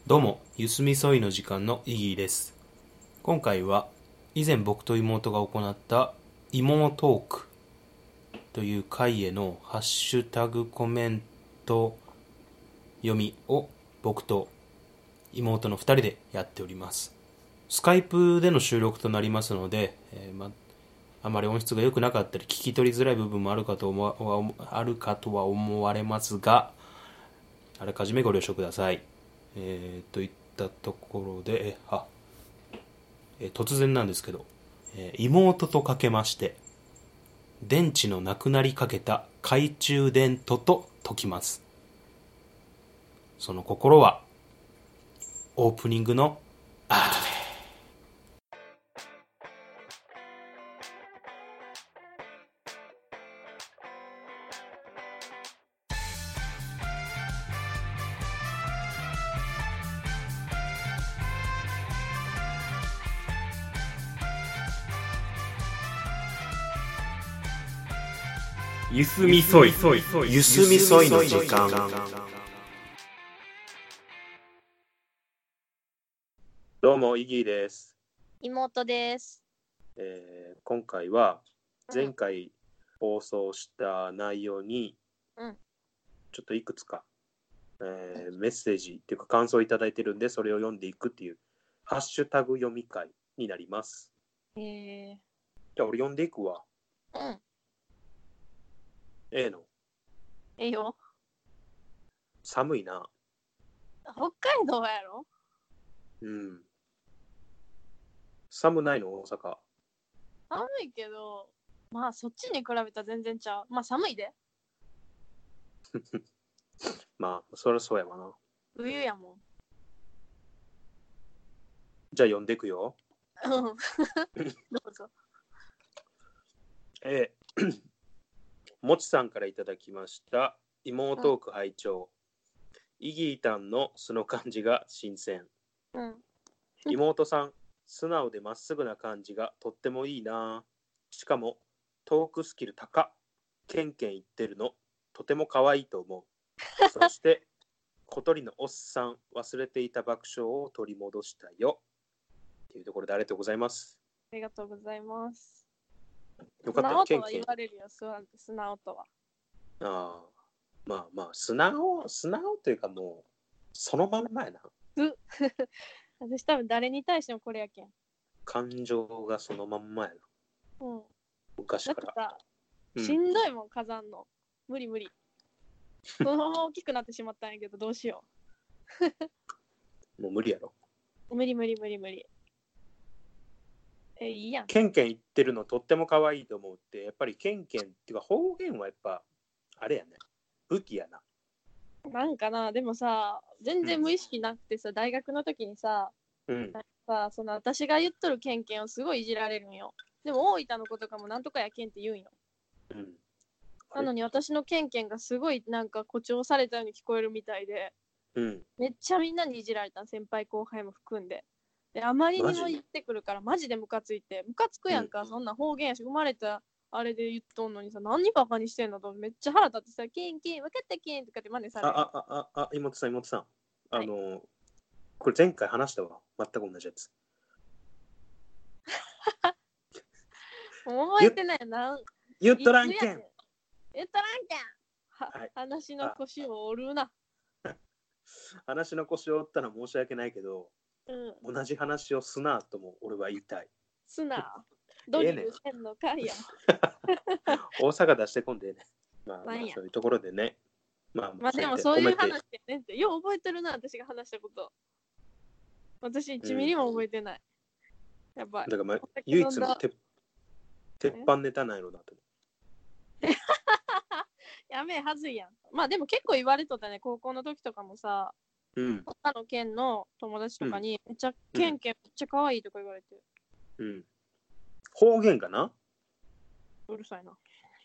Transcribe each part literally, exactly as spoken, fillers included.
どうも、ゆすみそいの時間のイギーです。今回は以前僕と妹が行った妹トークという回へのハッシュタグコメント読みを僕と妹のふたりでやっております。スカイプでの収録となりますので、えーま、あまり音質が良くなかったり聞き取りづらい部分もあるかと思わあるかとは思われますが、あらかじめご了承ください。えー、といったところで、えあえ突然なんですけど、え妹とかけまして電池のなくなりかけた懐中電灯と解きます。その心はオープニングの後で。 ゆすみそいゆすみそいの時間。どうもイギーです。 妹です。 えー、今回は前回放送した内容にちょっといくつか、えー、メッセージっていうか感想をいただいてるんで、それを読んでいくっていうハッシュタグ読み会になります。 へえ。 じゃあ俺読んでいくわ。 うん。 ええのええよ。 寒いな。 北海道やろ？ うん。寒ないの大阪。 寒いけど、まあそっちに比べたら全然ちゃう。まあ寒いで。 まあそりゃそうやわな。 冬やもん。 じゃあ読んでいくよ。 うん。どうぞ。 えー、もちさんからいただきました。妹トーク拝聴、うん、イギータンの素の感じが新鮮。 うん、 妹さん、素直でまっすぐな感じがとってもいいな。しかもトークスキル高っ。ケンケン言ってるのとても可愛いと思う。そして小鳥のおっさん、忘れていた爆笑を取り戻したよっていうところでありがとうございます。 ありがとうございます。 よかった。 素直とは言われるよ。素直とは。 ああ、まあまあ素直素直というかもうそのまんまやな。 私多分誰に対してもこれやけん。 感情がそのまんまやな。 うん。 昔から。 だってさ、しんどいもん、火山の。無理無理。そのまま大きくなってしまったんやけど、どうしよう。もう無理やろ。 無理無理無理無理。え、いいやん。 ケンケン言ってるのとっても可愛いと思うって、やっぱりケンケンっていうか方言はやっぱあれやね。武器やな。 なんかな、でもさ、全然無意識なくてさ、うん、大学の時にさ、うん、なんかその私が言っとるケンケンをすごいいじられるんよ。でも大分の子とかもなんとかやけんって言うんよ。うん。なのに私のケンケンがすごいなんか誇張されたように聞こえるみたいで、うん、めっちゃみんなにいじられた、先輩後輩も含んで。で、あまりにも言ってくるからマジでムカついて、ムカつくやんか、うん、そんな方言やし、生まれたあれで言っとんのにさ、何バカにしてんのとめっちゃ腹立ってさ、ケンケン分かったケンとかって真似される。 あああああ妹さん妹さん、あのーはい、これ前回話したわ、全く同じやつ。 覚えてないな。 言っとらんけん。言っとらんけん。は、はい、話の腰を折るな。 話の腰を折ったのは申し訳ないけど、うん、同じ話をすなとも俺は言いたい。 すな。ドリルせんのかいや。 大阪出してこんでね。まあ、まあ、そういうところでね。 まあ、まあでもそういう話でねって、よう覚えてるな、私が話したこと。私いちミリも覚えてない。うん、やっぱり。 だから、まあ、唯一の鉄板ネタなんやろなと。 やべえ、はずいやん。まあでも結構言われとったね、高校の時とかもさ、うん、他の県の友達とかに、めっちゃ、ケンケンめっちゃ可愛いとか言われて。 うん。方言かな？ うるさいな。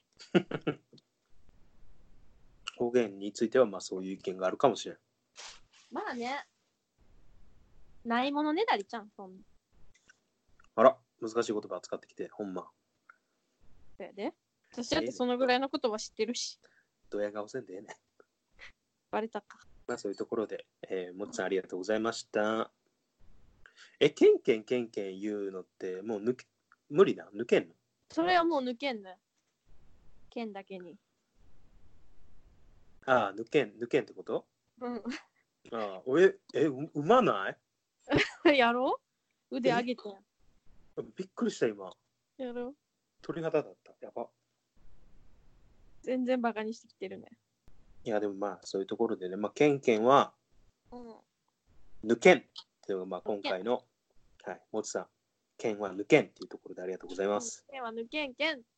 方言についてはまあそういう意見があるかもしれん。 まあね。ないものねだりちゃん、そんな。 あら、難しい言葉扱ってきて、ほんま。 そやで。私だってそのぐらいの言葉知ってるし。 ドヤ顔せんでええね。 バレたか。 まあそういうところで、えー、もっちゃんありがとうございました。え、ケンケンケンケン言うのってもう抜け無理な抜けんの？ それはもう抜けんのよ。ケンだけに。 ああ、抜けん、抜けんってこと？ うん。 ああ、俺、え、う、うまないやろう？腕上げてん。 びっくりした今。 やろう？ 鳥肌だった。やば。 全然バカにしてきてるね。 いや、でもまあそういうところでね、まあケンケンはうん。 抜けんっていうのがまあ今回の、はい、もつさん、ケンは抜けんっていうところでありがとうございます。 ケンは抜けんけん。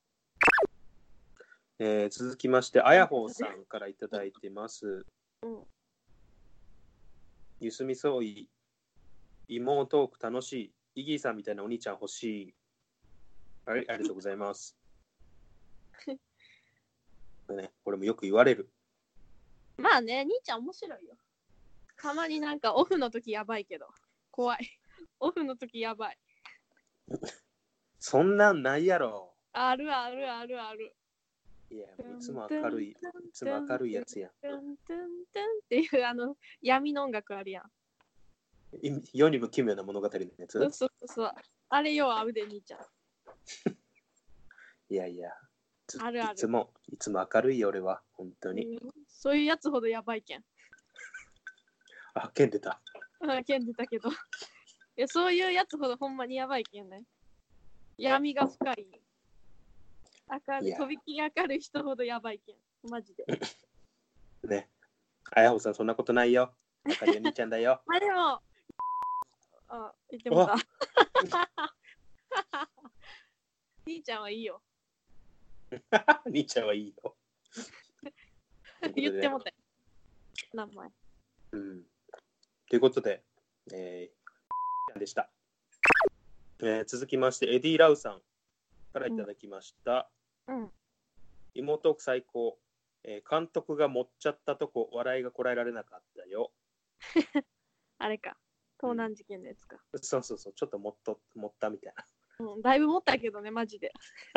えー、続きまして、あやほうさんからいただいてます。 うん。 ゆすみそうい、妹トーク楽しい、イギーさんみたいなお兄ちゃん欲しい。はい、ありがとうございます。ね、これもよく言われる。 まあね、兄ちゃん面白いよ。たまになんかオフの時やばいけど、怖い。オフの時やばい。 そんなんないやろ。 あるあるあるある。 いや、いつも明るい、いつも明るいやつやん。 トゥントゥントゥンっていうあの闇の音楽あるやん。 世にも奇妙な物語のやつ。 そうそうそう。あれよ、合うで兄ちゃん。 いやいや、 あるある。 いつも、いつも明るいよ、俺は、本当に。 うん、そういうやつほどやばいけん。 あ、剣出た。 あ、剣出たけど。いや、そういうやつほどほんまにやばいけんね。闇が深い。明るい、とびきり明るい人ほどやばいけん。マジで。 ね。あやほさん、そんなことないよ。明るいお兄ちゃんだよ。 あ、でも、あ、言ってもた。兄ちゃんはいいよ。 兄ちゃんはいいよ。 言ってもたよ。名前。 うん。ということで、えー、でした。えー、続きまして、エディ・ラウさんからいただきました。 うん。 妹最高、えー。監督が持っちゃったとこ、笑いがこらえられなかったよ。 あれか。盗難事件のやつか。 うん、そうそうそう、ちょっともっと持ったみたいな。 うん、だいぶ持ったけどね、マジで。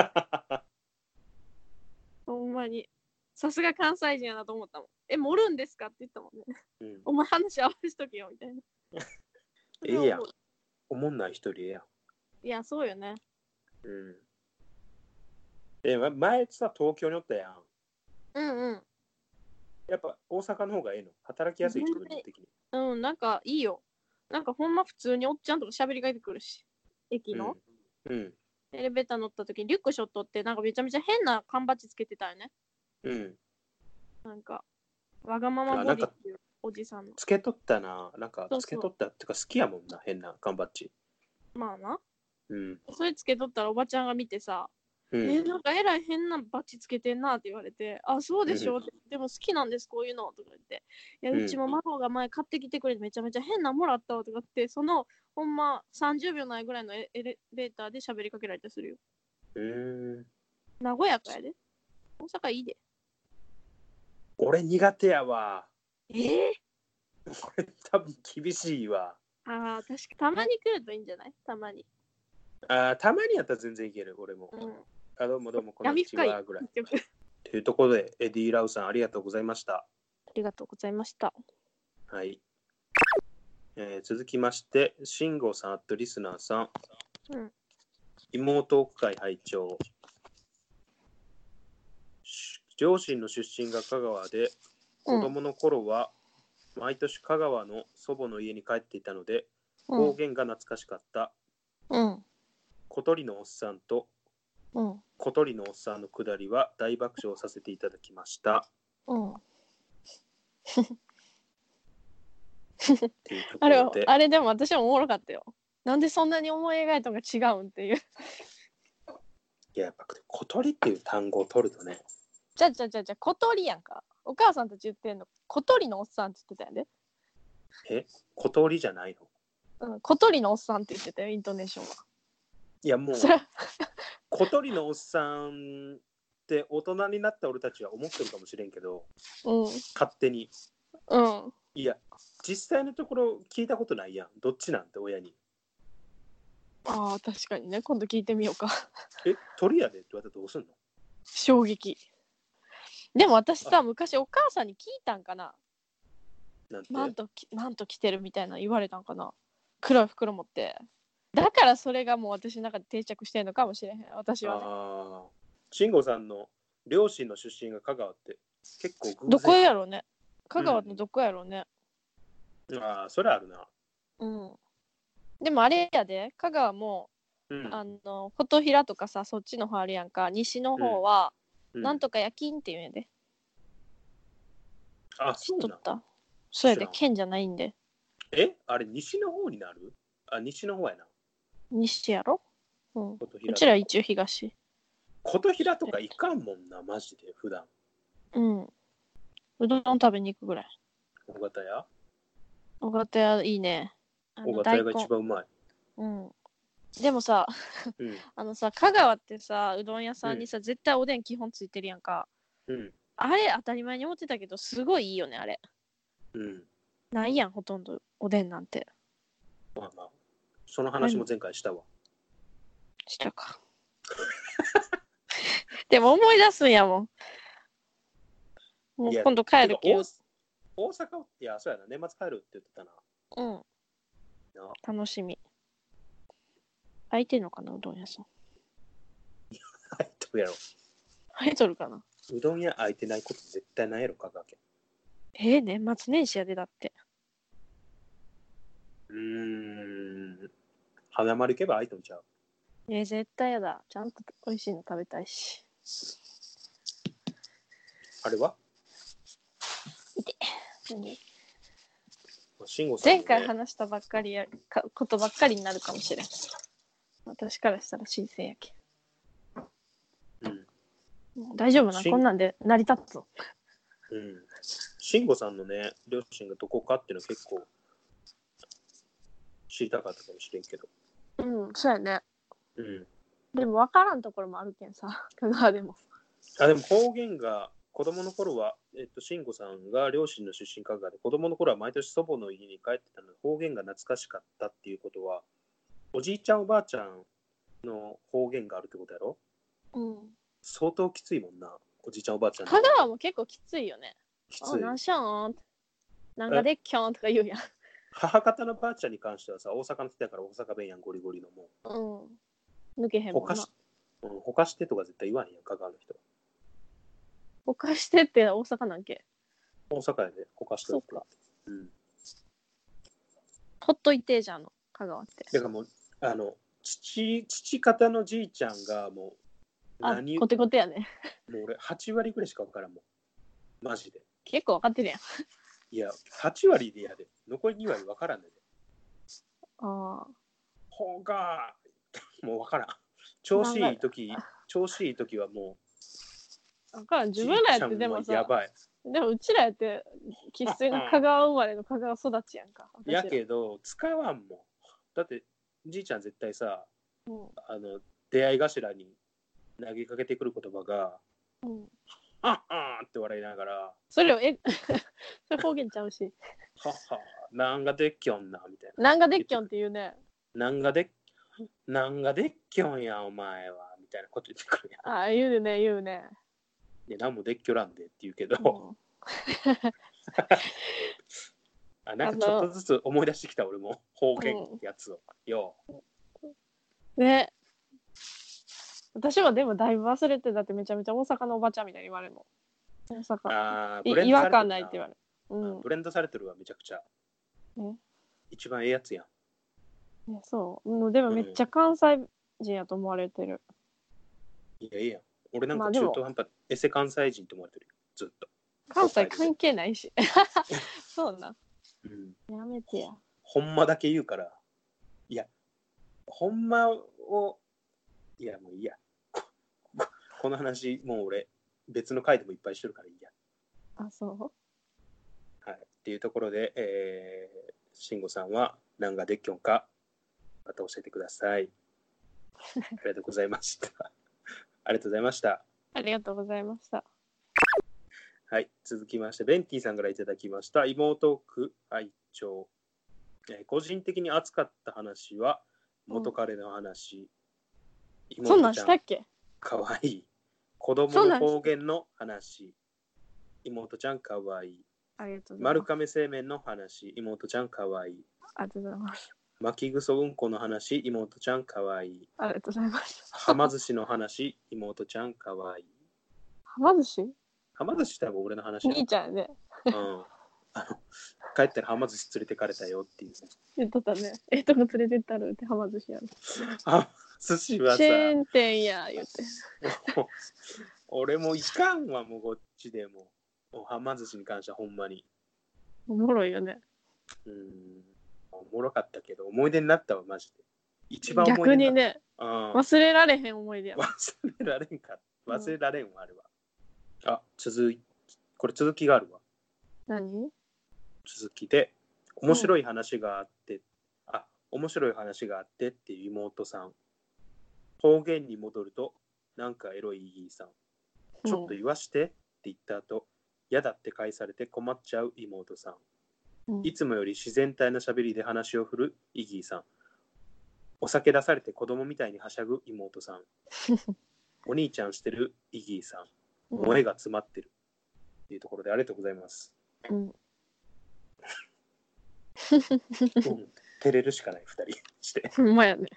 ほんまに。さすが関西人やなと思ったもん。え、盛るんですかって言ったもんね。うん、お前話合わせとけよみたいな。 ええやん。おもんない一人ええやん。 いや、そうよね。 うん。え、前さ、東京におったやん。 うんうん。 やっぱ大阪の方がええの？働きやすい自分的に。 うん、なんかいいよ。なんかほんま普通におっちゃんとか喋りが出てくるし。駅の。 うん。うん、 エレベーター乗った時にリュックショットってなんかめちゃめちゃ変な缶バッジつけてたよね。 うん。 なんか、わがままボディっていうおじさんの。 つけとったな。なんかつけとったってか好きやもんな、変な缶バッジ。 まあな。 うん。 それつけとったらおばちゃんが見てさ、うん、え、なんかえらい変なバッジつけてんなって言われて、あ、そうでしょ、うん、でも好きなんです、こういうのとか言って、いや、うちも孫が前買ってきてくれてめちゃめちゃ変なもらったわとかって、そのほんまさんじゅうびょうないぐらいのエレベーターで喋りかけられたりするよ。 へー。 和やかやで。大阪いいで。 俺苦手やわ。 えー、 俺多分厳しいわ。 ああ、確かたまに来るといいんじゃない？たまに。 あ、たまにやったら全然いける、俺も。うん、あ、どうもどうも、こんにちはぐらい。というところで、エディ・ラウさん、ありがとうございました。 ありがとうございました。 はい。えー、続きまして、慎吾さんとリスナーさん。うん、妹奥会拝聴。両親の出身が香川で、子供の頃は、毎年香川の祖母の家に帰っていたので、方言が懐かしかった。うん。小鳥のおっさんと、うん、小鳥のおっさんのくだりは大爆笑させていただきました。うん、 あれあれでも私はおもろかったよ。なんでそんなに思い描いたのが違うんっていう。 いや、やっぱ小鳥っていう単語を取るとね。 じゃじゃじゃじゃ小鳥やんか。お母さんたち言ってんの小鳥のおっさんって言ってたよね。 え、小鳥じゃないの？うん、小鳥のおっさんって言ってたよ、イントネーションは。 いやもう小鳥のおっさんって大人になった俺たちは思ってるかもしれんけど、うん、勝手に、うん、いや実際のところ聞いたことないやん。どっちなんて親に。 ああ、確かにね。今度聞いてみようか。 え、鳥やでって言われたらどうすんの？ 衝撃。でも私さ、昔お母さんに聞いたんかな。 なんてマントマント着てるみたいな言われたんかな。黒い袋持って。だからそれがもう私の中で定着してるのかもしれへん。私はね。 ああ。慎吾さんの両親の出身が香川って結構偶然。 どこやろうね。香川のどこやろうね。 うん、ああ、それあるな。 うん。でもあれやで、香川も、うん、あの琴平とかさ、そっちの方あるやんか。西の方は、うん、なんとか夜勤っていうんやで。 あ、そうなん。 知っとった。そうやで、県じゃないんで。 え、あれ西の方になる？あ、西の方やな。 西やろ？うん。うちら一応東。 琴平とか行かんもんな、マジで、普段。 うん。うどん食べに行くぐらい。 尾形屋？ 尾形屋いいね。 尾形屋が一番うまい。 うん。でもさ、うん、あのさ、香川ってさ、うどん屋さんにさ、うん、絶対おでん基本ついてるやんか。うん。あれ当たり前に思ってたけど、すごいいいよね、あれ。うん。ないやん、ほとんどおでんなんて。 まあまあ、その話も前回したわ。 したか。でも思い出すんやもん。もう今度帰るけど。 大阪、いや、そうやな、年末帰るって言ってたな。 うん。楽しみ。空いてんのかな、うどん屋さん。 空いとるやろ。 空いとるかな。 うどん屋空いてないこと絶対ないやろ、香川県。 えー、年末年始やでだって。 うーん。花丸行けば空いとんちゃう。 えー、絶対やだ。ちゃんと美味しいの食べたいし。 あれは？ いて。何？ 慎吾さんのね、 前回話したばっかりやかことばっかりになるかもしれん。私からしたら新鮮やけ。うん。大丈夫な、こんなんで成り立つの。 うん。慎吾さんのね、両親がどこかっていうの結構知りたかったかもしれんけど。 うん、そうやね。 うん。 でも分からんところもあるけんさ、香川でも。 あ、でも方言が子供の頃は、えっと、慎吾さんが両親の出身香川で、子供の頃は毎年祖母の家に帰ってたので、方言が懐かしかったっていうことは、おじいちゃんおばあちゃんの方言があるってことやろ？うん。相当きついもんな、おじいちゃんおばあちゃん。 香川も結構きついよね。 きつい。 なんしょんなんかでっきょんとか言うやん。 母方のばあちゃんに関してはさ、大阪の人だから大阪弁やん、ゴリゴリのもう。うん。抜けへんもんな。ほかし、 うん、ほかしてとか絶対言わへんやん、香川の人。 ほかしてって大阪なんけ？ 大阪やで、ほかしてって。そうか。うん。 ほっといてじゃんの、香川って。 だからもう、あの、父、父方のじいちゃんがもう、 何、あ、コテコテやね。 もう俺はち割ぐらいしか分からんもん。マジで。 結構分かってるやん。 いや、はち割でやで。残りに割分からんねんで。 ああ。 ほうがー。もう分からん。調子いいとき、調子いいときはもう。分からん。自分らやってでもさ。やばい。でもうちらやって生粋の香川生まれの香川育ちやんか。 やけど使わんもん。だってじいちゃん絶対さ、うん、あの出会い頭に投げかけてくる言葉が、うん、ああって笑いながら。 それをえそれ方言ちゃうし。 ははなんがでっきょんなみたいな。 なんがでっきょんって言うね。 なんがでなんがでっきょんやお前はみたいなこと言ってくるやん。 ああ言うね言うね。 いや、なんもでっきょらんでって言うけど、うん、あなんかちょっとずつ思い出してきた俺も方言やつを、うん、よね。私はでもだいぶ忘れて、だってめちゃめちゃ大阪のおばちゃんみたいに言われるの。大阪あ違和感ないって言われる、 うん、ブレンドされてるわめちゃくちゃ、ね、一番ええやつやん。 ね、そうもうでもめっちゃ関西人やと思われてる、 うん、いやいいやん。俺なんか中途半端、エセ関西人と思われてるよ、ずっと。 関西関係ないし。そうな。うん。やめてや。 ほんまだけ言うから。いや、ほんまを、いやもういいや。この話、もう俺、別の回でもいっぱいしてるからいいや。 あ、そうはい。っていうところで、えー、慎吾さんは何がでっきょんか、また教えてください。ありがとうございました。ありがとうございました。 ありがとうございました。 はい、続きまして、ベンティさんからいただきました。妹区愛鳥、えー。個人的に熱かった話は、元彼の話。 うん、そんなんしたっけ？ かわいい。子供の方言の話。妹ちゃんかわいい。 ありがとうございます。 丸亀製麺の話、妹ちゃんかわいい。 ありがとうございます。 巻きぐそうんこの話、妹ちゃんかわいい。 ありがとうございます。 はま寿司の話、妹ちゃんかわいい。 はま寿司はま寿司多分俺の話や。 兄ちゃんね。 うん。あの、帰ったらはま寿司連れてかれたよっていうね。 言っとったね。ええとこ連れてったるってはま寿司やる。 は寿司はさ、 チェーン店や言って。 俺もいかんわ、もうこっちでも。はま寿司に関してはほんまに。 おもろいよね。 うん。おもろかったけど、思い出になったわ、マジで。一番思い逆出になった。 にね、うん、忘れられへん思い出や。 忘れられんか。忘れられんわ、あれは。うん、あ、続い、これ続きがあるわ。 何？ 続きで、面白い話があって、うん、あ、面白い話があってっていう妹さん。方言に戻ると、なんかエロいイギーさん。ちょっと言わしてって言った後、嫌だって返されて困っちゃう妹さん。うん、いつもより自然体な喋りで話を振るイギーさん。お酒出されて子供みたいにはしゃぐ妹さん。お兄ちゃんしてるイギーさん。萌えが詰まってる。っていうところでありがとうございます。うん。うん、照れるしかないふたりして。 ほんまやね。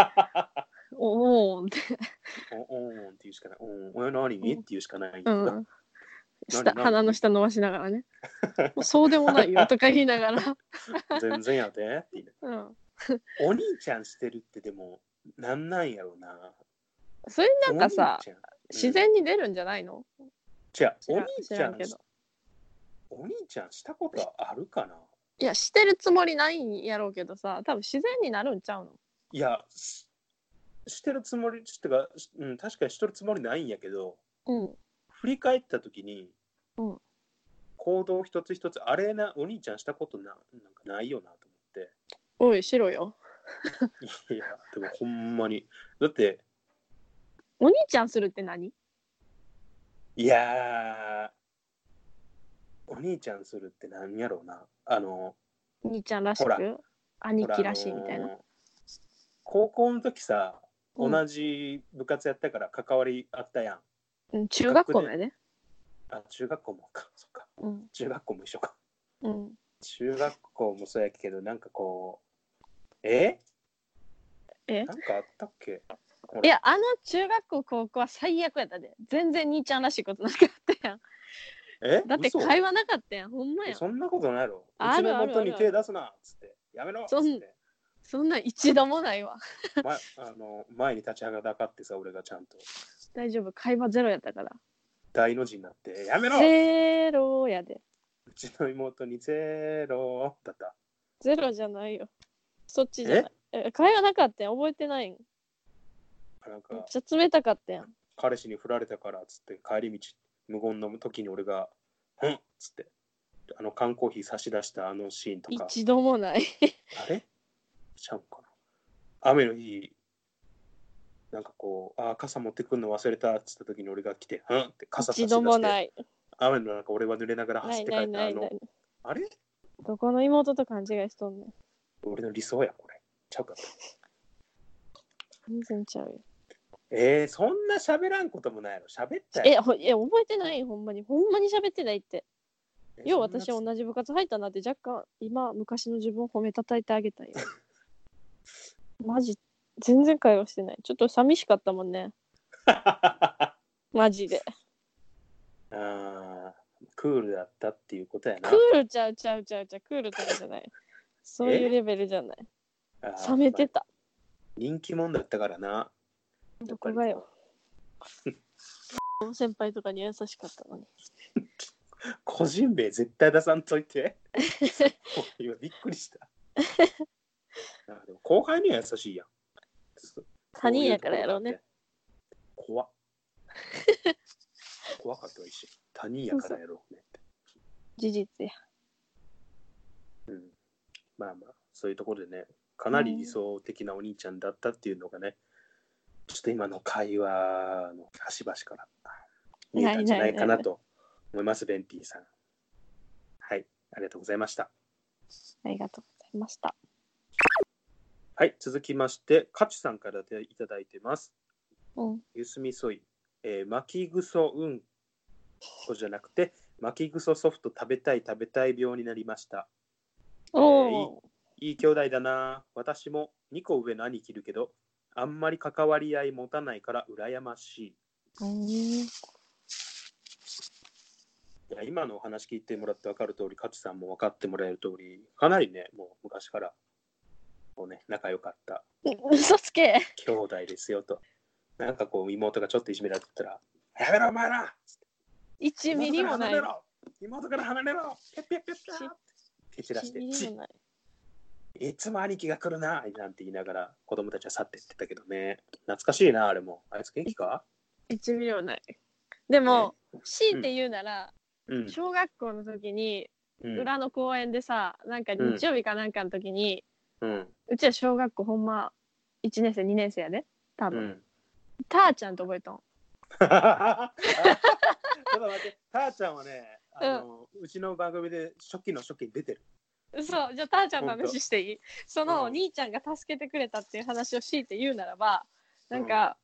おーんって。 おーんって言うしかない。おーん、何、うん、って言うしかない。 うん下鼻の下伸ばしながらね。もうそうでもないよとか言いながら。 全然やでって言う、うん。お兄ちゃんしてるってでもなんなんやろうな。 それなんかさ、うん、自然に出るんじゃないの？ じゃあお兄ちゃんお兄ちゃんしたことあるかな。 いやしてるつもりないんやろうけどさ、多分自然になるんちゃうの？ いや し, してるつもりってか、うん、確かにしてるつもりないんやけど、うん、振り返った時に、うん、行動一つ一つあれなお兄ちゃんしたこと な, なんかないよなと思って。 おいしろよ。 いやでもほんまにだってお兄ちゃんするって何？ いやお兄ちゃんするって何やろうな。あの兄ちゃんらしく兄貴らしいみたいな、あのー、 高校の時さ、うん、同じ部活やったから関わりあったやん、うん、中学校もやね。 あ、中学校もか、そっか、うん、中学校も一緒か、 うん、 中学校もそうやけど、なんかこうええなんかあったっけ。 いや、あの中学校高校は最悪やったで。全然兄ちゃんらしいことなかったやん。 えだって会話なかったやん。ほんまやん。 そんなことないろ。うちの元に手出すなっつってやめろっつって。 そんな一度もないわ。 ま、あの前に立ち上がってさ、俺がちゃんと大丈夫、会話ゼロやったから。 大の字になってやめろ。 ゼロやで。 うちの妹にゼロだった。 ゼロじゃないよ。そっちじゃない。え会話なかったやん。覚えてないん。 なんかめっちゃ冷たかったやん。 彼氏に振られたからっつって帰り道無言の時に俺がうんっつってあの缶コーヒー差し出したあのシーンとか一度もないあれちゃうかな。雨の日なんかこうあ傘持ってくんの忘れたっつった時に俺が来てうんって傘差し出して一度もない。 雨の中俺は濡れながら走って帰ったあのあれどこの妹と勘違いしとんねん。 俺の理想やこれちゃうかった。 全然ちゃうよ。 えー、そんな喋らんこともないやろ。喋ったやろ。え、ほいや覚えてないほんまに。ほんまに喋ってないって。よう私同じ部活入ったなって若干今昔の自分を褒めたたいてあげたいよ。マジ全然会話してない。ちょっと寂しかったもんね。マジで。 あクールだったっていうことやな。 クールちゃうちゃうちゃうちゃうクールとかじゃない。そういうレベルじゃない。冷めてた。 人気者だったからな。 どこがよ。先輩とかに優しかったのに。 個人名絶対出さんといて。今びっくりした。あでも後輩には優しいやん。 他人やからやろうね。 怖っ。怖かったらいいし。他人やからやろうねって。 事実や。 うん。まあまあそういうところでね。かなり理想的なお兄ちゃんだったっていうのがね、ちょっと今の会話の端々から見えたんじゃないかなと思います。ベンティさん。はい、ありがとうございました。 ありがとうございました。 はい、続きまして、カチさんからいただいてます。 うん、 ゆすみそい、えー、巻きぐそうんこじゃなくて、 巻きぐそソフト食べたい食べたい病になりました。 おえーいいいい兄弟だな。私もにこ上の兄貴いるけど、あんまり関わり合い持たないから羨ましい。いや今のお話聞いてもらって分かる通り、勝さんも分かってもらえる通り、かなりね、もう昔からもう、ね、仲良かった嘘つけ兄弟ですよと。なんかこう妹がちょっといじめられてたら、やめろお前らいちミリもない。 妹から離れろピャッピャッピャッピャッ蹴散らしていつも兄貴が来るななんて言いながら子供たちは去っていってたけどね。懐かしいな、あれも。あいつ元気か ? いちミリもない。でも、強いて言うなら、 うん、 小学校の時に、 うん、 裏の公園でさ、なんか日曜日かなんかの時に、 うん、 うちは小学校ほんまいちねん生にねん生やで多分、うん、たーちゃんと覚えとんちょっと待って、たーちゃんはね、あの、うん、うちの番組で初期の初期に出てる。 そう、じゃあたーちゃんの話していい？その、うん、兄ちゃんが助けてくれたっていう話を強いて言うならば、なんか、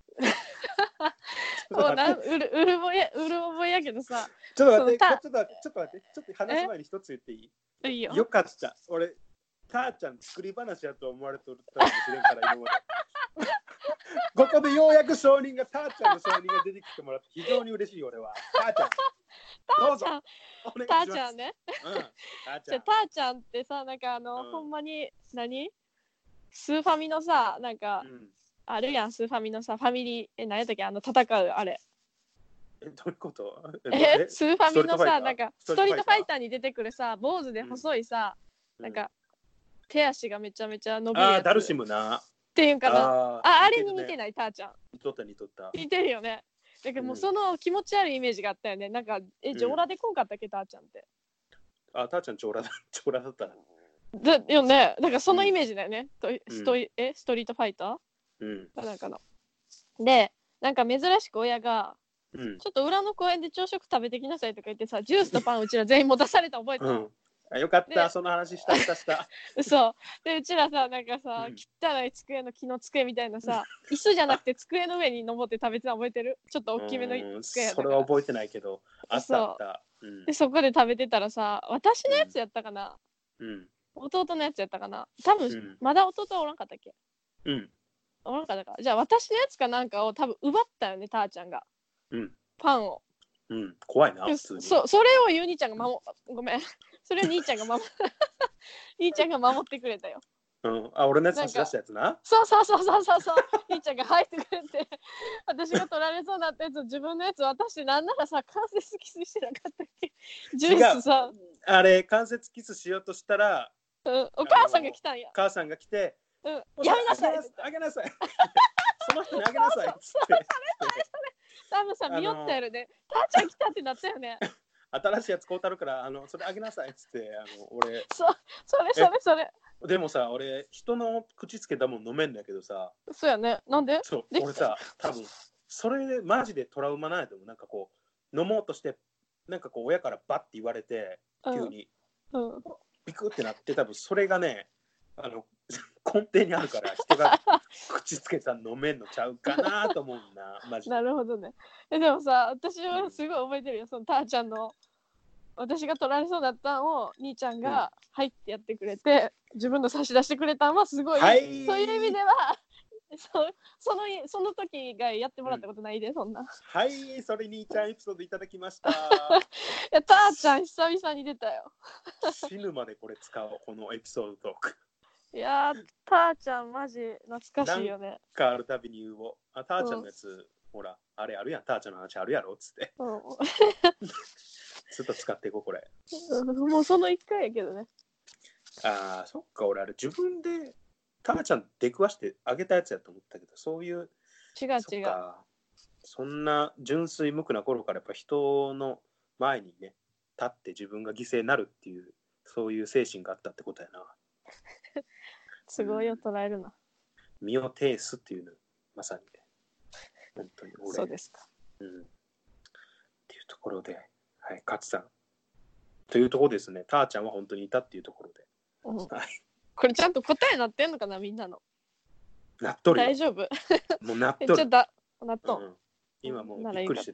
うん、もうな う, るうるぼやうる覚えやけどさ、 ちょっと待って、ちょっと待って、ちょっと待って、ちょっと話す前に一つ言っていい？ いいよ。 よかった。俺、たーちゃん作り話やと思われてるかもしれんから今まで。ここでようやく証人がたーちゃんの証人が出てきてもらって非常に嬉しい俺は。たーちゃん。どうぞ。 たーちゃんね。 うん。たーちゃん。 じゃたーちゃんってさ、なんかあの、うん、ほんまに何？スーファミのさ、なんか、うん、あるやん、スーファミのさ、ファミリー、え、何やったっけ、あの戦うあれ。 え、どういうこと？ え、スーファミのさ、なんかストリートファイターに出てくるさ、坊主で細いさ、うん、なんか手足がめちゃめちゃ伸びるやつ。 あー、ダルシムな。 っていうんかな。あ, あ, あれに似てない、たーちゃん。 似とった似とった。 似てるよね。だけどもうその気持ち悪いイメージがあったよね。なんか、え、上裸でこんかったっけ、たーちゃんって。 あ、たーちゃん上裸だ、上裸だったな。 だよね。だからそのイメージだよね。うん、ストイえストリートファイター、 うん、 なんかの。で、なんか珍しく親が、うん、ちょっと裏の公園で朝食食べてきなさいとか言ってさ、ジュースとパンうちら全員持たされた覚えてる、うん、 あ、よかった、その話したしたした嘘でうちらさ、なんかさ、うん、汚い机の木の机みたいなさ、椅子じゃなくて机の上に登って食べてたの覚えてる？ちょっと大きめの机やったから。 それは覚えてないけど、あったあった、 うん、でそこで食べてたらさ、私のやつやったかな、うん、弟のやつやったかな、多分、うん、まだ弟はおらんかったっけ？うん、おらんかったか。じゃあ私のやつかなんかを多分奪ったよね、たーちゃんが、うん、パンを。 うん、怖いな。 そ, それをゆう兄ちゃんが守ごめんそれを兄ちゃんが守兄ちゃんが守ってくれたよ。 うん、あ、俺のやつ差し出したやつな。 そうそうそうそうそうそう兄ちゃんが入ってくれて私が取られそうなったやつを自分のやつ渡して、なんならさ、関節キスしてなかったっけ？ジュースさ、 あれ関節キスしようとしたら、 うん、お母さんが来たんや。 お母さんが来て、 うん、やめなさい、 あげなさいその人にあげなさいっつって。それそれそれ多分さ、見よったやるね。たーちゃん来たってなったよね。 新しいやつ買うたるから、あのそれあげなさいっつって、あの俺そそれそれそれでもさ、俺人の口つけたもん飲めんだけどさ。 そうやね。なんで？ そう、俺さ、多分それでマジでトラウマないと思う。なんかこう飲もうとしてなんかこう親からバッて言われて急に、うんうん、ビクってなって、多分それがね、あの根底にあるから人が口つけたら飲めんのちゃうかなと思うんな、マジで。 なるほどね。えでもさ、私はすごい覚えてるよ、そのたーちゃんの私が取られそうだったのを兄ちゃんが入ってやってくれて、うん、自分の差し出してくれたのはすごい、はい、そういう意味ではそ, そ, のその時がやってもらったことないで、うん、そんな。 はい、それ兄ちゃんエピソードいただきましたいや、たーちゃん久々に出たよ死ぬまでこれ使おう、このエピソードトーク。 いやー、たーちゃんマジ懐かしいよね。 なんかあるたびに言うお、あ、たーちゃんのやつ、うん、ほら、あれあるやん、たーちゃんの話あるやろっつって。うん、ずっと使っていこう、これ。 もうその一回やけどね。 ああ、そっか、俺あれ自分でたーちゃん出くわしてあげたやつやと思ったけど、そういう。 違う違う。 そんな純粋無垢な頃からやっぱ人の前にね、立って自分が犠牲になるっていう、そういう精神があったってことやな。 すごいよ、捉えるな。 身を挺すっていうの、まさにね。本当に俺。 そうですか。 うん。っていうところで、はい、勝さん。というところですね。たーちゃんは本当にいたっていうところで。 うん、はい。これちゃんと答えなってんのかな、みんなの。 なっとるよ。 大丈夫。 もうなっとる。 ちょっとなっと、 うん。今もうびっくりしてる。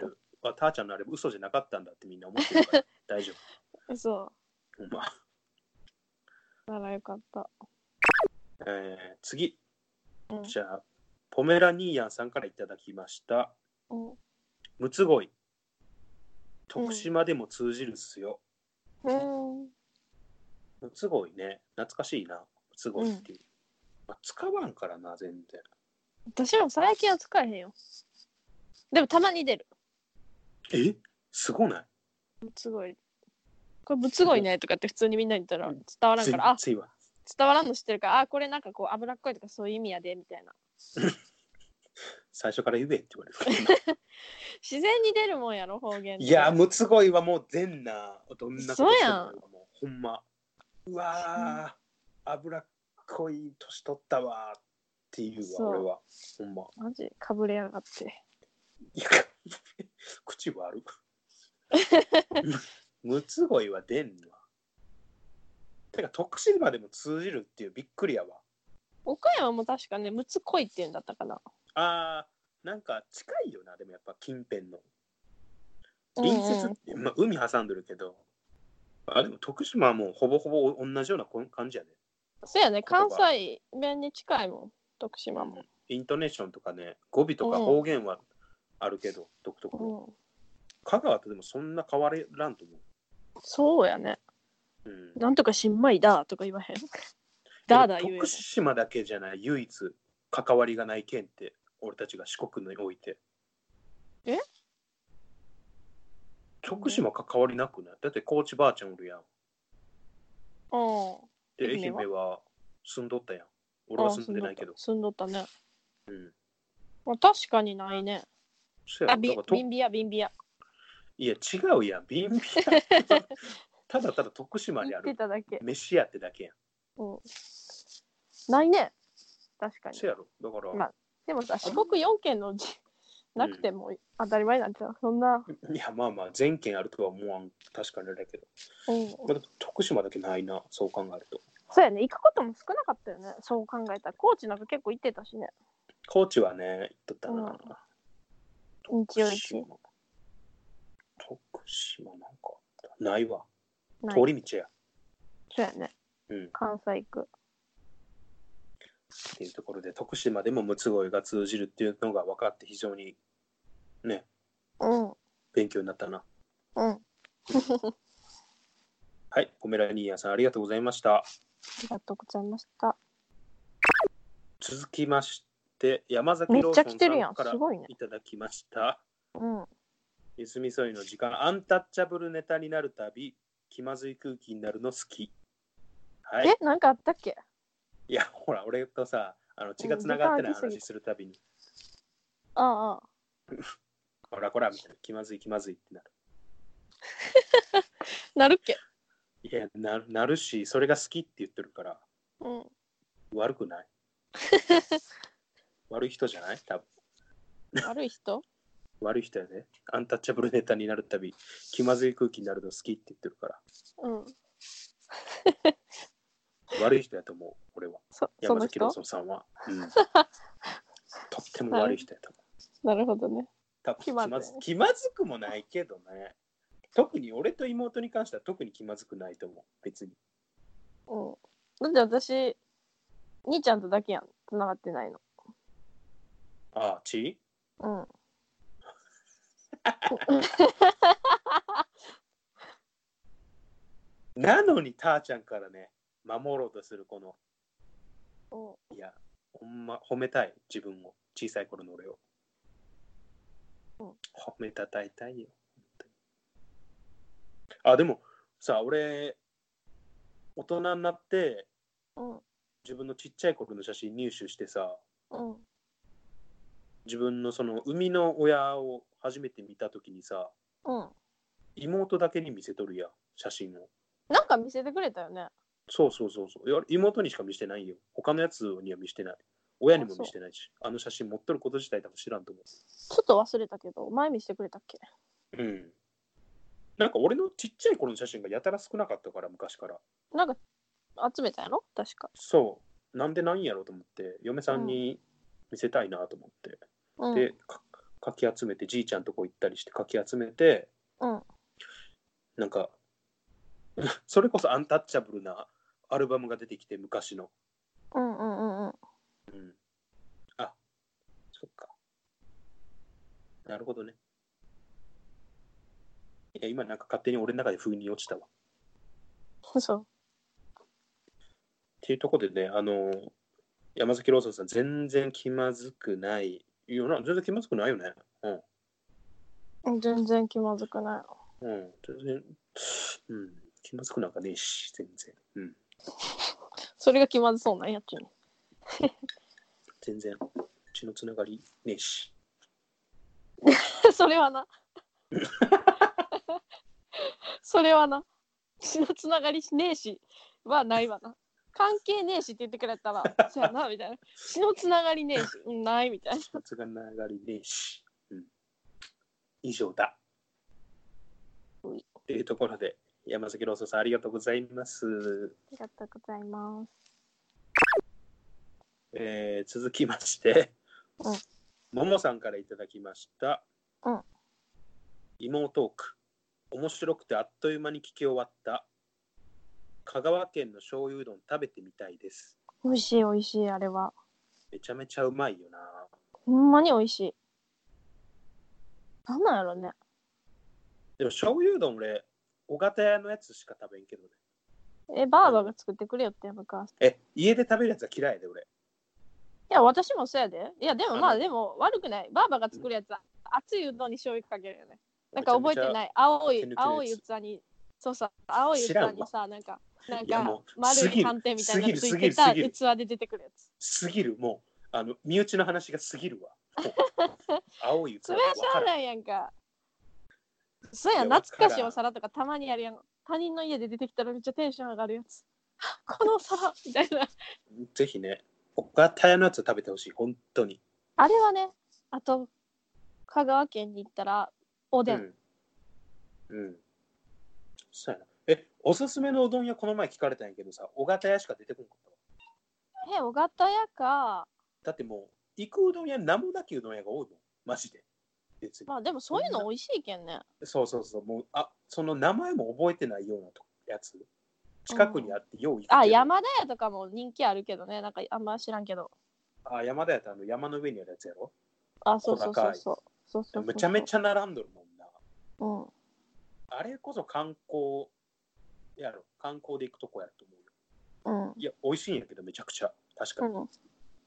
はターちゃんのあれ嘘じゃなかったんだってみんな思ってるから大丈夫。 そう。 ほんま。 ならよかった。 えー、次、 うん、 じゃあポメラニーヤンさんからいただきました。 うん、 むつごい。徳島でも通じるっすよ。 うん。 むつごいね。懐かしいな。むつごいっていう。うん、まあ、使わんからな、全然。 私も最近は使えへんよ。でもたまに出る。 えすごない？ むつごい。これむつごいねとかって普通にみんなに言ったら伝わらんから、あ、伝わらんの知ってるから、あ、これなんかこう脂っこいとかそういう意味やでみたいな。 最初から言えって言われる。 自然に出るもんやろ、方言って。 いや、むつごいはもう全な、どんなことしてももうほんま。うわー、脂っこい年取ったわーっていうわ、俺は。ほんま。 マジかぶれやがって。 いや、口悪い。むつごいは出んわ。てか、徳島でも通じるっていうびっくりやわ。 岡山も確かね、むつこいっていうんだったかな。 あー、なんか近いよな、でもやっぱ近辺の。隣接って、うんうん、まあ、海挟んでるけど、あ、でも徳島はもうほぼほぼ同じような感じやね。 そうやね、関西弁に近いもん、徳島も。 うん、イントネーションとかね、語尾とか方言はあるけど、うん、独特の、うん。香川とでもそんな変わらんと思う。 そうやね。うん、なんとか新米だとか言わへん。だだ言うよね。 徳島だけじゃない唯一関わりがない県って俺たちが四国において。 え？ 徳島関わりなくない？だって高知ばあちゃんおるやん。 ああ。 で愛媛は住んどったやん。俺は住んでないけど。 住んどったね。 うん。 まあ、確かにないね。 そうやあ、ビンビアビンビア。いや違うやん、ビンビア。ただただ徳島にある飯屋ってだけやん。 うん、ないね。確かに。 そうやろ。だから。 まあ、でもさ、四国よん県のうちなくても当たり前なんちゃう、うん、そんな。 いや、まあまあ、全県あるとは思わん。確かにあれだけど。うん、まあ、徳島だけないな、そう考えると。 そうやね、行くことも少なかったよね、そう考えたら。高知なんか結構行ってたしね。 高知はね、行っとったな。 うん、日曜市。 徳島なんかないわ。通り道や。 そうやね。うん、関西行く。 っていうところで徳島でもむつごいが通じるっていうのが分かって非常にね、うん、勉強になったな。うん。はい、ポメラニーヤさんありがとうございました。 ありがとうございました。 続きまして山崎ローソンさんからいただきました。うん。ゆすみそいの時間、アンタッチャブルネタになるたび気まずい空気になるの好き。 はい。え、なんかあったっけ？ いや、ほら、俺とさ、あの血がつながってない話するたびに。 ああ。 こらこらみたいな、気まずい気まずいってなる。 なるっけ？ いやな、なるし、それが好きって言ってるから、うん、悪くない。悪い人じゃない？多分。 悪い人？ 悪い人やね。アンタッチャブルネタになるたび気まずい空気になるの好きって言ってるから。うん。悪い人やと思う、俺は。山崎ローソンさんは。うん、とっても悪い人やと思う。なるほどね。 多分気まず、気まずくもないけどね。特に俺と妹に関しては特に気まずくないと思う、別に。 うん。だって私、兄ちゃんとだけやん、繋がってないの。 ああ、ち？うん。なのにたーちゃんからね、守ろうとするこの、うん、いや、ほんま褒めたい、自分を、小さい頃の俺を。うん、褒めたたいたいよ。あ、でもさ、俺、大人になって、うん、自分のちっちゃい頃の写真入手してさ、うん、自分のその生みの親を初めて見たときにさ、うん、妹だけに見せとるやん、写真を。 なんか見せてくれたよね。 そうそうそうそう。妹にしか見せてないよ。他のやつには見せてない。親にも見せてないし、あ, あの写真持っとること自体多分知らんと思う。 ちょっと忘れたけど、前見せてくれたっけ？ うん。なんか俺のちっちゃい頃の写真がやたら少なかったから、昔から。 なんか集めたやろ？確か。 そう。なんでないんやろうと思って、嫁さんに見せたいなと思って。うん、で、 かき集めて、じいちゃんとこ行ったりしてかき集めて、 うん。 なんかそれこそアンタッチャブルなアルバムが出てきて、昔の。 うんうんうんうん。 うん。あ、そっか。なるほどね。いや、今なんか勝手に俺の中で風に落ちたわ。 そう。 っていうところでね、あの、山崎ローソンさん、全然気まずくない。いやな、全然気まずくないよね。 うん。全然気まずくない。 うん。全然、うん。気まずくなんかねえし、全然。うん。 それが気まずそうなんやっちゅうに。 全然、血のつながりねえし。 それはな。それはな。血のつながりしねえしはないわな。関係ねえしって言ってくれたら、そうやな、みたいな。血のつながりねえし、うん、ないみたいな。 血のつながりねえし。うん。以上だ。というところで、山崎ローソンさん、ありがとうございます。 ありがとうございます。 えー、続きまして、 うん、 ももさんからいただきました。 うん、 妹トーク。面白くてあっという間に聞き終わった香川県の醤油うどん食べてみたいです。 美味しい美味しい、あれは。 めちゃめちゃうまいよな。 ほんまに美味しい。なんなんやろね。 でも醤油うどん俺、尾形屋のやつしか食べんけどね。 え、バーバーが作ってくれよって昔。 え、家で食べるやつは嫌いで俺。 いや、私もそうやで。いや、でもまあのあ、でも悪くない。バーバーが作るやつは、熱いうどんに醤油かけるよね。なんか覚えてない。青い、青い器に、そうそう、青い器にさ、なんか、なんか丸い斑点みたいなのついてた器で出てくるやつ。 すぎる、もう、あの、身内の話がすぎるわ。青い器。 それはしゃあないやんか。そうや、懐かしいお皿とかたまにやるやん。他人の家で出てきたらめっちゃテンション上がるやつ。このお皿みたいな。 ぜひね、尾形屋のやつ食べてほしい、本当に。 あれはね、あと、香川県に行ったら、おでん。うん。 うん、そうやな。え、おすすめのうどん屋この前聞かれたんやけどさ、尾形屋しか出てこんかったわ。え、尾形屋か。 だってもう、行くうどん屋、名もなきうどん屋が多いもん、マジで。別に。 まあでもそういうの美味しいけんね。 そうそうそう、もう、あ、その名前も覚えてないようなやつ。近くにあってよう行くけど、 うん、あ、山田屋とかも人気あるけどね、なんかあんま知らんけど。 あ、山田屋ってあの山の上にあるやつやろ。 あ、そうそうそうそう。そうそうそうめちゃめちゃ並んどるもんな。 うん。 あれこそ観光やろ。観光で行くとこやると思うよ。うん。いや、美味しいんやけど、めちゃくちゃ。確かに。うん、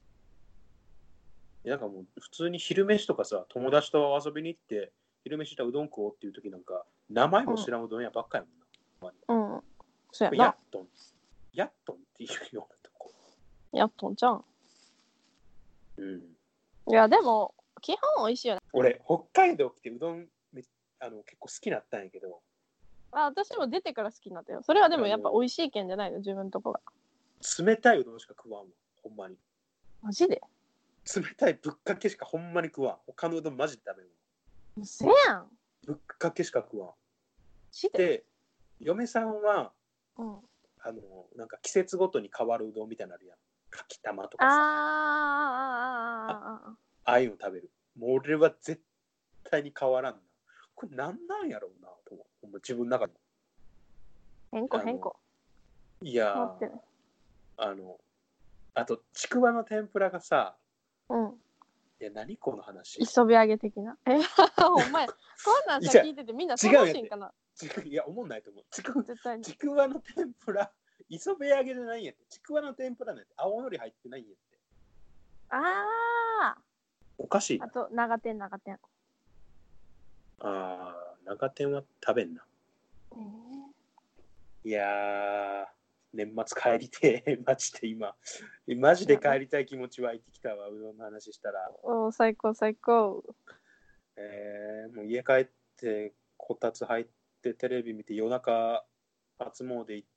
なんかもう、普通に昼飯とかさ、友達と遊びに行って、昼飯したうどん食おうっていう時なんか、名前も知らんうどん屋ばっかりやもんな。うん。そうやな。やっとん。やっとんっていうようなとこ。 やっとんじゃん。 うん。 いや、でも、基本美味しいよね。 俺、北海道来てうどんめあの結構好きだったんやけど。 あ、私も出てから好きになったよ。それはでもやっぱ美味しいけんじゃないの、自分のとこが。 冷たいうどんしか食わんわ、ほんまに。 マジで冷たいぶっかけしかほんまに食わん。他のうどんマジで食べんわ。 うせやん。 ぶっかけしか食わん。 でで、嫁さんは、 うん、 あの、なんか季節ごとに変わるうどんみたいなのあるやん。かきたまとかさ。 ああああいうの食べる。もう俺は絶対に変わらんな。これなんなんやろうなと思う。自分の中で。 変更変更。 いやー、あの、あと、ちくわの天ぷらがさ、うん。いや、何この話。 磯辺揚げ的な。え、お前、こんなんさ聞いててみんな楽しいんかな。 いや、思んないと思う。ちくちくわの天ぷら、磯辺揚げじゃないんやって。ちくわの天ぷらなんて青のり入ってないんやって。 ああ。 おかしい。 あと、長天、長天。 ああ、長天は食べんな。えー、いやー、年末帰りてマジで今。マジで帰りたい気持ち湧いてきたわ、うどんの話したら。 おー、最高、最高。 えー、もう家帰って、こたつ入って、テレビ見て、夜中、初詣行って、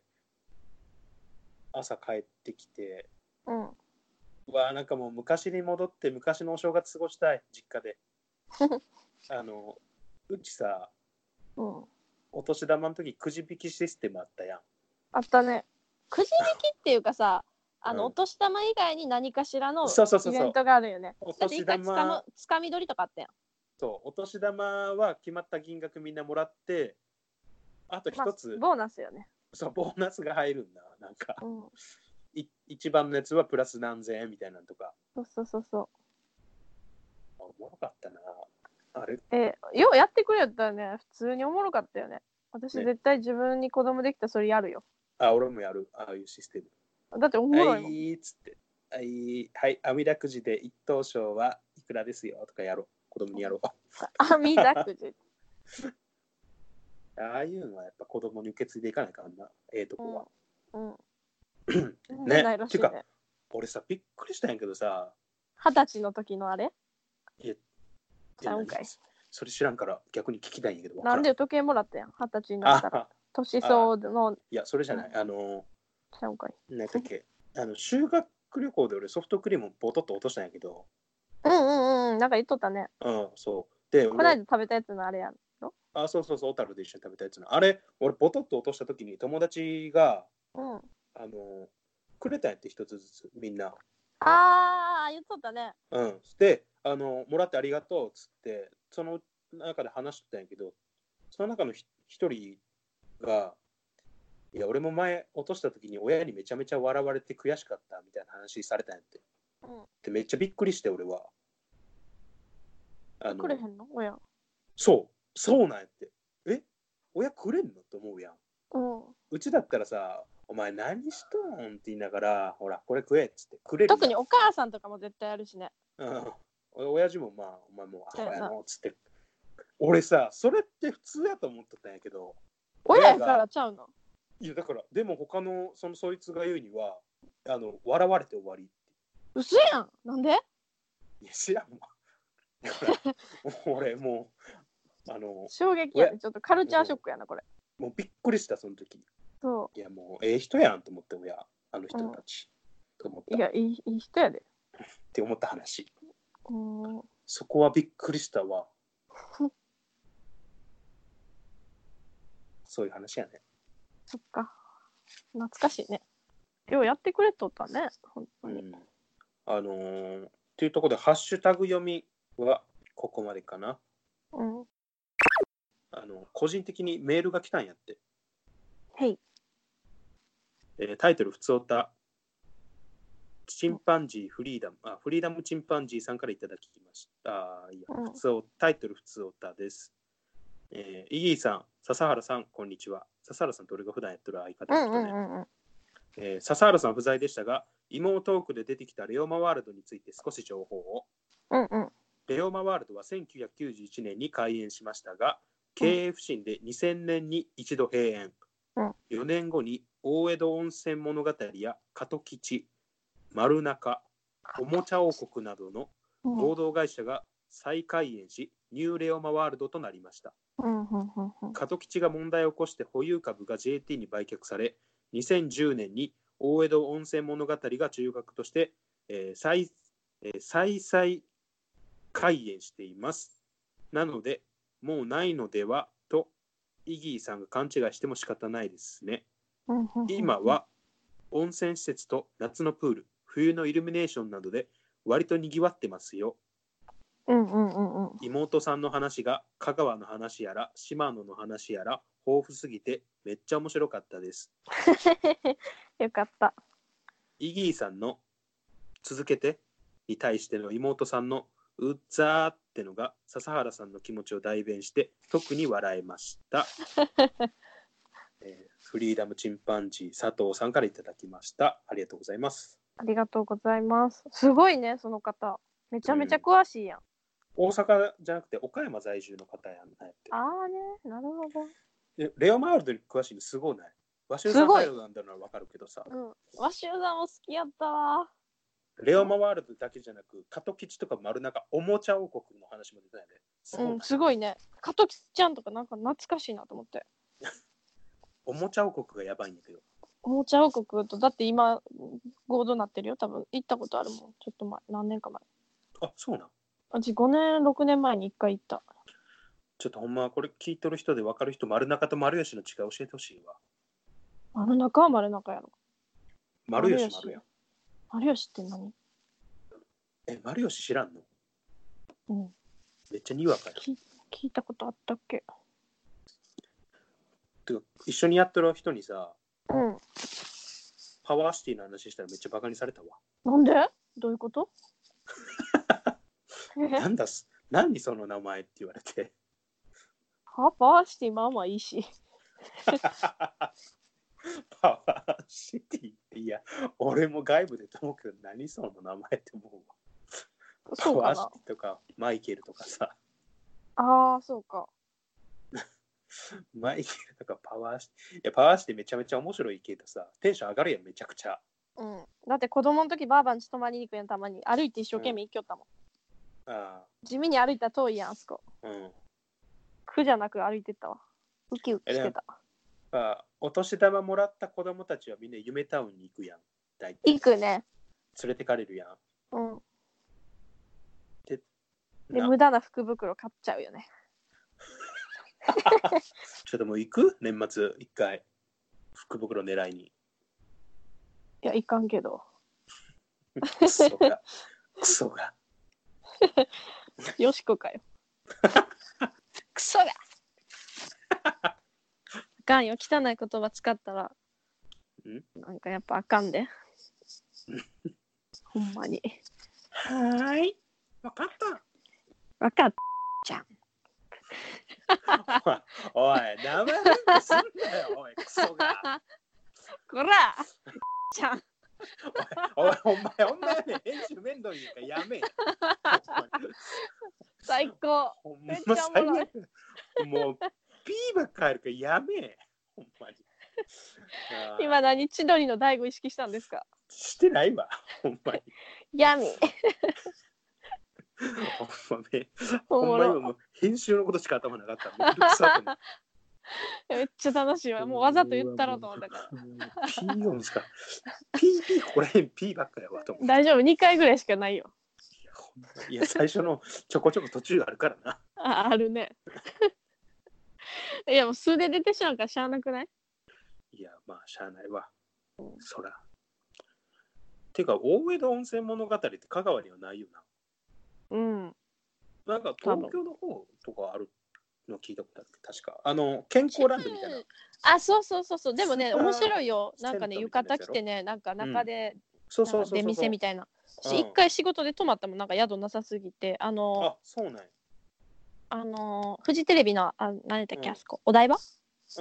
朝帰ってきて、うん。うわー、なんかもう昔に戻って昔のお正月過ごしたい、実家で。あのうちさ、うん、お年玉の時くじ引きシステムあったやん。 あったね。くじ引きっていうかさあの、 うんお年玉以外に何かしらのそうそうそうそうイベントがあるよね。 おだって一回つか年玉むつかみ取りとかあったやん。 そうお年玉は決まった金額みんなもらって、あとまあ一つ、 ボーナスよね。 そうボーナスが入るんだ。なんか、 うん。 い一番のやつはプラス何千円みたいなのとか。 そうそうそうそあおもろかったな。あれう。え、ようやってくれよったらね、普通におもろかったよね。私ね絶対自分に子供できたらそれやるよ。 あ俺もやる。ああいうシステム。 だっておもはろいもん。 いっつって。はい、はい、阿弥陀くじで一等賞はいくらですよとかやろう。子供にやろう。 あみだくじ。 ああいうのはやっぱ子供に受け継いでいかないからな。ええとこは。 うん。うん。 ねないらしいてかね。 俺さ、びっくりしたんやけどさ、 二十歳の時のあれいやちゃうんかい。 それ知らんから逆に聞きたいんやけど。わからなんで時計もらったやん。二十歳になったら。 あ年相のいや、それじゃない。あの、 ちゃうんかい。 なんだっけ。あの、修学旅行で俺ソフトクリームをボトッと落としたんやけど、 うんうんうん。なんか言っとったね。 うん、そう。で、 この間俺、 食べたやつのあれやろ。 あ、そうそうそう、小樽で一緒に食べたやつの。あれ、俺、ボトッと落とした時に友達が、 うん。 あの、くれたんやって一つずつ、みんな。 あー、言っとったね。 うん。で、あの、もらってありがとうっつって、その中で話してたんやけど、その中のひ一人が、いや、俺も前落とした時に親にめちゃめちゃ笑われて悔しかったみたいな話されたんやって。 うん。 で、めっちゃびっくりして、俺は。あのくれへんの親。 そう、そうなんやって。え親くれんのって思うやん。 うん。 うちだったらさ、お前何しとんって言いながら、ほら、これ食えっつってくれるやん。 特にお母さんとかも絶対あるしね。 うん。親父もまあ、お前もうアホそうやなやのっつって。俺さ、それって普通やと思ってたんやけど、 親やからちゃうの。 いやだから、でも他のそのそいつが言うには、あの笑われて終わりって。 嘘やん。なんでいや、知らんわ。だから俺もう、あの、 衝撃やね。ちょっとカルチャーショックやな、これ。 もうびっくりした、その時。 そいや、もうええ人やんと思って、親、あの人たち。と思っう。 た。 いや、いいいい人やで。 って思った話。 うん。 そこはびっくりしたわ。そういう話やね。 そっか。懐かしいね。ようやってくれとったね。本当に。 うん。あのー、っていうところで、ハッシュタグ読みはここまでかな。 うん。 あの、個人的にメールが来たんやって。 へい。 えータイトル、ふつおた。チンパンジーフリーダム、あ、フリーダムチンパンジーさんからいただきました。いや、 うんふつおタイトル、ふつおたです。えー、イギーさん、笹原さん、こんにちは。笹原さんと俺が普段やってる相方うんうの人ね。 んうんうん。 えー笹原さん不在でしたが、妹トークで出てきたレオマワールドについて少し情報を。 うんうん。 レオマワールドはせんきゅうひゃくきゅうじゅういちねんに開園しましたが、経営不振でにせんねんに一度閉園。 うん、 よねんごに大江戸温泉物語や加藤吉、丸中、おもちゃ王国などの合同会社が再開園し、ニューレオマワールドとなりました。 うんうんうんうん。 加藤吉が問題を起こして保有株が ジェーティー に売却され、にせんじゅうねんに大江戸温泉物語が中核として、えー、再、えー、再々開園しています。なので、もうないのではとイギーさんが勘違いしても仕方ないですね。 うんうんうん、 今は温泉施設と夏のプール、冬のイルミネーションなどで割とにぎわってますよ。 うんうんうんうん。 妹さんの話が香川の話やら島野の話やら豊富すぎてめっちゃ面白かったです。 よかった。 イギーさんの続けてに対しての妹さんのうっざーってのが笹原さんの気持ちを代弁して特に笑えました。えー、フリーダムチンパンジー佐藤さんからいただきました。ありがとうございます。 ありがとうございます。すごいね、その方。めちゃめちゃ詳しいやん。 うん、大阪じゃなくて岡山在住の方やんなやって。 ああね、なるほど。 レオマワールドに詳しいのすごいない。和州さんサイドなんだろうのは分かるけどさ。 うん、和州さんも好きやったわ。 レオマワールドだけじゃなく、加藤吉とか丸中、おもちゃ王国の話も出たよね。 すごい、うん、すごいね。加藤吉ちゃんとかなんか懐かしいなと思って。 おもちゃ王国がやばいんだけど。 おもちゃ王国と、だって今、合同なってるよ。多分行ったことあるもん。ちょっと前、何年か前。 あ、そうなん。 私ごねん、ろくねんまえにいっかい行った。 ちょっとほんまこれ聞いとる人で分かる人、丸中と丸吉の違い教えてほしいわ。 丸中は丸中やろ。 丸吉丸や。 有吉って何？ え、有吉知らんの？ うん。 めっちゃにわかる。 聞いたことあったっけ？ てか一緒にやってる人にさ、 うん。 パワーシティの話したらめっちゃバカにされたわ。 なんで？どういうこと？ なんだす、何その名前って言われて。 はパワーシティまあまあいいし。 パワーシティって、いや、俺も外部でと思うけど、何その名前って思うわ。パワーシティとかマイケルとかさ。 ああ、そうか。 マイケルとかパワーシティ。いや、パワーシティめちゃめちゃ面白いけどさ、テンション上がるやん、めちゃくちゃ。 うん。だって子供の時ばあばんち泊まりに行くやん、たまに。歩いて一生懸命行きよったもん。 うん、ああ。 地味に歩いたら遠いやん、あそこ。 うん。 苦じゃなく歩いてったわ。ウキウキしてた。 あ、お年玉もらった子供たちはみんな夢タウンに行くやん。大体行くね。 連れてかれるやん。 うん。 で、 で無駄な福袋買っちゃうよね。 ちょっともう行く？年末一回福袋狙いに。 いや、行かんけど。 クソが。クソが。 よしこかよ。クソが。あかんよ、汚い言葉使ったら。んなんかやっぱあかんで。ほんまに。 はーい。わかった。 わかったじゃん。 おい、名前なんかすんなよ、おい、クソが。 こらちゃん。 おい、お前、お前ね、編集面倒いからやめえ。 最高。めっちゃおもろい。 もう、ピーばっかりあるからやめえ。ほんまに。 今何千鳥の大悟意識したんですか？ してないわ、ほんまに。 闇。 ほんまに。ほんまにもう編集のことしか頭なかった。めんどくさくめっちゃ楽しいわ。もうわざと言ったろうと思ったから。 ピー音しか。ピーピーここら辺ピーばっかりやわと思って。 大丈夫、にかいぐらいしかないよ。 いや、ほんまいや最初のちょこちょこ途中あるからな。 あ、あるね。いやもう素で出てしまうからしゃあなくない？ いや、まあしゃあないわ。うん、そら。てか、大江戸温泉物語って香川にはないよな。うん。なんか東京の方とかあるの聞いたことある。確か。あの、健康ランドみたいな。 あ、そうそうそうそう。でもね、面白いよ。なんかね、浴衣着てね、なんか中で、うん、そうそうそうそう。出店みたいな。一、うん、回仕事で泊まったもん、なんか宿なさすぎて。あの、 あ、そうなんや。 あの、フジテレビの、あ、何だっけ、あそこ、お台場？うん、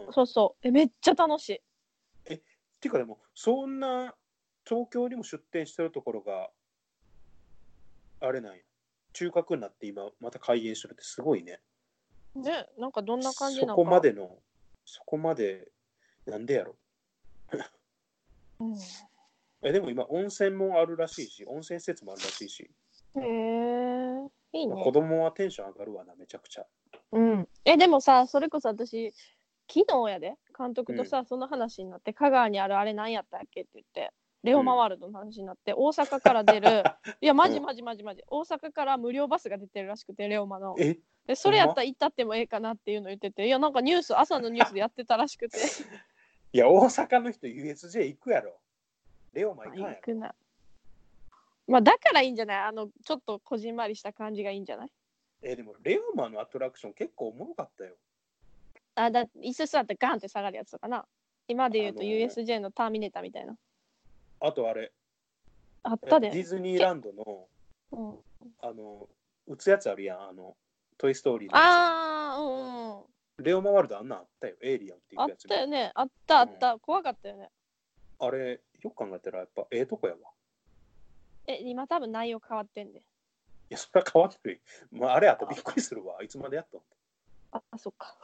うん。そうそう。え、めっちゃ楽しい。 え、っていうかでも、そんな東京にも出店してるところが、あれなんや。中核になって今また開園してるってすごいね。 ね、なんかどんな感じなのか。 そこまでの、そこまで、なんでやろ。うん、えでも今温泉もあるらしいし、温泉施設もあるらしいし。へえ、いいね。まあ、子供はテンション上がるわな、めちゃくちゃ。 うん。え、でもさ、それこそ私、昨日やで、監督とさ、うん、その話になって、香川にあるあれ何やったっけって言って、レオマワールドの話になって、うん、大阪から出る、いや、マジマジマジマジ、大阪から無料バスが出てるらしくて、レオマの。えでそれやったら行ったってもええかなっていうの言ってて、いや、なんかニュース、朝のニュースでやってたらしくて。 いや、大阪の人 ユーエスジェー 行くやろ。レオマ行かんやろ。行くな。 まあ、だからいいんじゃない？あの、ちょっとこじんまりした感じがいいんじゃない？ え、でも、レオマのアトラクション結構おもろかったよ。 あ、だ椅子座ってガンって下がるやつかな。今で言うと ユーエスジェー のターミネーターみたいな。 あとあれ。 あったで。 ディズニーランドの、うん、あの、打つやつあるやん、あの、トイストーリーのやつ。ああ、うん。レオマワールドあんなあったよ、エイリアンっていうやつ。 あったよね、あったあった、うん、怖かったよね。 あれ、よく考えたらやっぱええとこやわ。 え、今多分内容変わってんで。いや、それは変わってる。まあ、あれあったらびっくりするわ。いつまでやったの？ あ、あ、そっか。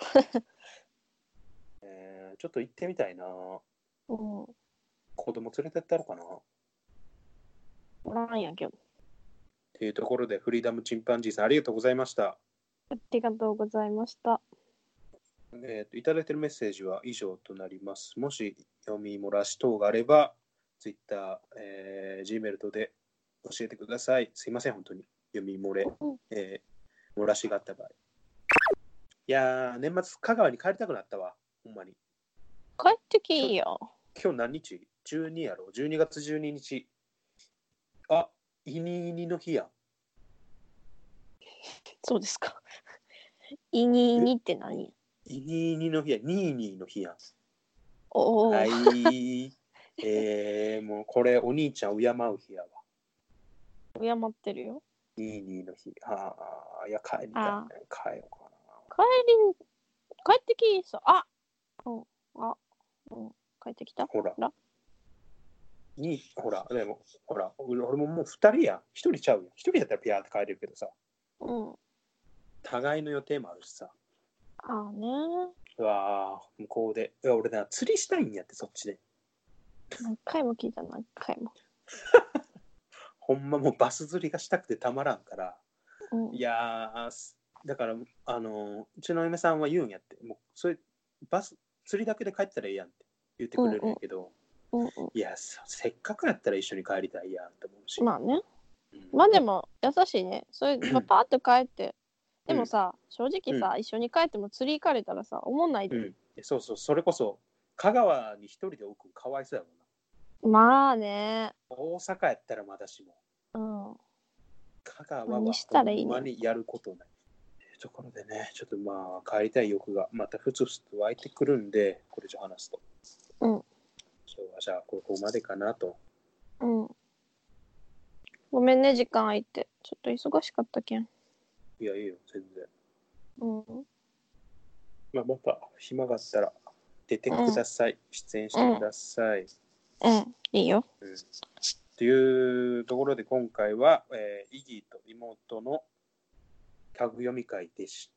えー、ちょっと行ってみたいな。うん。子供連れてったのかな？ おらんやんけど。 っていうところで、フリーダムチンパンジーさん、ありがとうございました。 ありがとうございました。 えーと、いただいているメッセージは以上となります。もし読み漏らし等があれば、Twitter、えー、Gmail 等で教えてください。すいません、本当に。読み漏れ、えー、漏らしがあった場合。いやー、年末、香川に帰りたくなったわ。ほんまに。 帰ってきいよ。 今日何日 ?じゅうに やろ ?じゅうにがつじゅうににち。 いにいにの日やん。 そうですか。いにいにって何？ いにいにの日や、にいにの日やん。 おお。 はい。えー、もうこれお兄ちゃんを敬う日やわ。 敬ってるよ。 にいにの日。ああ、いや、帰りたい、ね。帰ろうかな。 帰りに、帰ってきそう。あ、うん、あ、うん、帰ってきた。 ほら。に、ほら、でも、ほら、俺ももうふたりやん。ひとりちゃうやん。ひとりやったらピャーって帰れるけどさ。 うん。 互いの予定もあるしさ。 ああね。 うわー、向こうで。いや、俺な、釣りしたいんやって、そっちで。 何回も聞いた、何回も。 ほんまもうバス釣りがしたくてたまらんから。 うん、 いやー、だから、あの、うちの嫁さんは言うんやって。もう、それ、バス、釣りだけで帰ったらいいやんって言ってくれるんやけど。 うんうん、 いや、せっかくやったら一緒に帰りたいやんと思うし。 まあね。 うん、 まあでも、優しいね。それ、まあ、パーッと帰って。でもさ、うん、正直さ、うん、一緒に帰っても釣り行かれたらさ、思んないで、 うん。そうそう、それこそ、香川に一人で置くかわいそうやもんな。 まあね。 大阪やったらまだしも。 うん。 香川はほんまにやることない。ところでね、ちょっとまあ帰りたい欲がまたふつふつと湧いてくるんで、これ以上話すと。 うん。 今日はじゃあここまでかなと。 うん。ごめんね、時間空いて。ちょっと忙しかったけん。 いや、いいよ、全然。 うん。 まあ、また暇があったら出てください。うん、出演してください。 うん、うん、いいよ。 うん。というところで今回は、えー、イギーと妹のタグ読み会でした。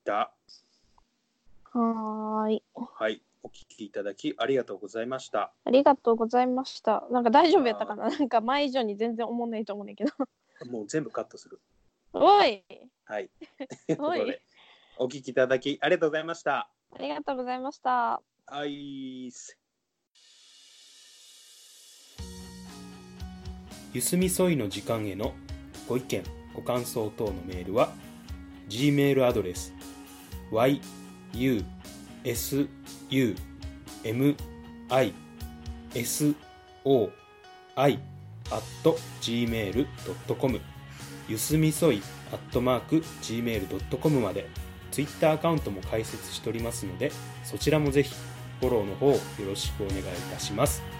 はーい。 はい。お聞きいただきありがとうございました。 ありがとうございました。なんか大丈夫やったかな。なんか前以上に全然思んないと思うんだけど。もう全部カットする。 おい。 はい。おい。お聞きいただきありがとうございました。 ありがとうございました。 はい。 ゆすみそいの時間へのご意見ご感想等のメールは Gmail アドレス ユーエスユーエムアイエスオーアイ アット ジーメール ドット コム ゆすみそい アットマーク ジーメール ドット コム まで。 Twitter アカウントも開設しておりますので、そちらもぜひフォローの方よろしくお願いいたします。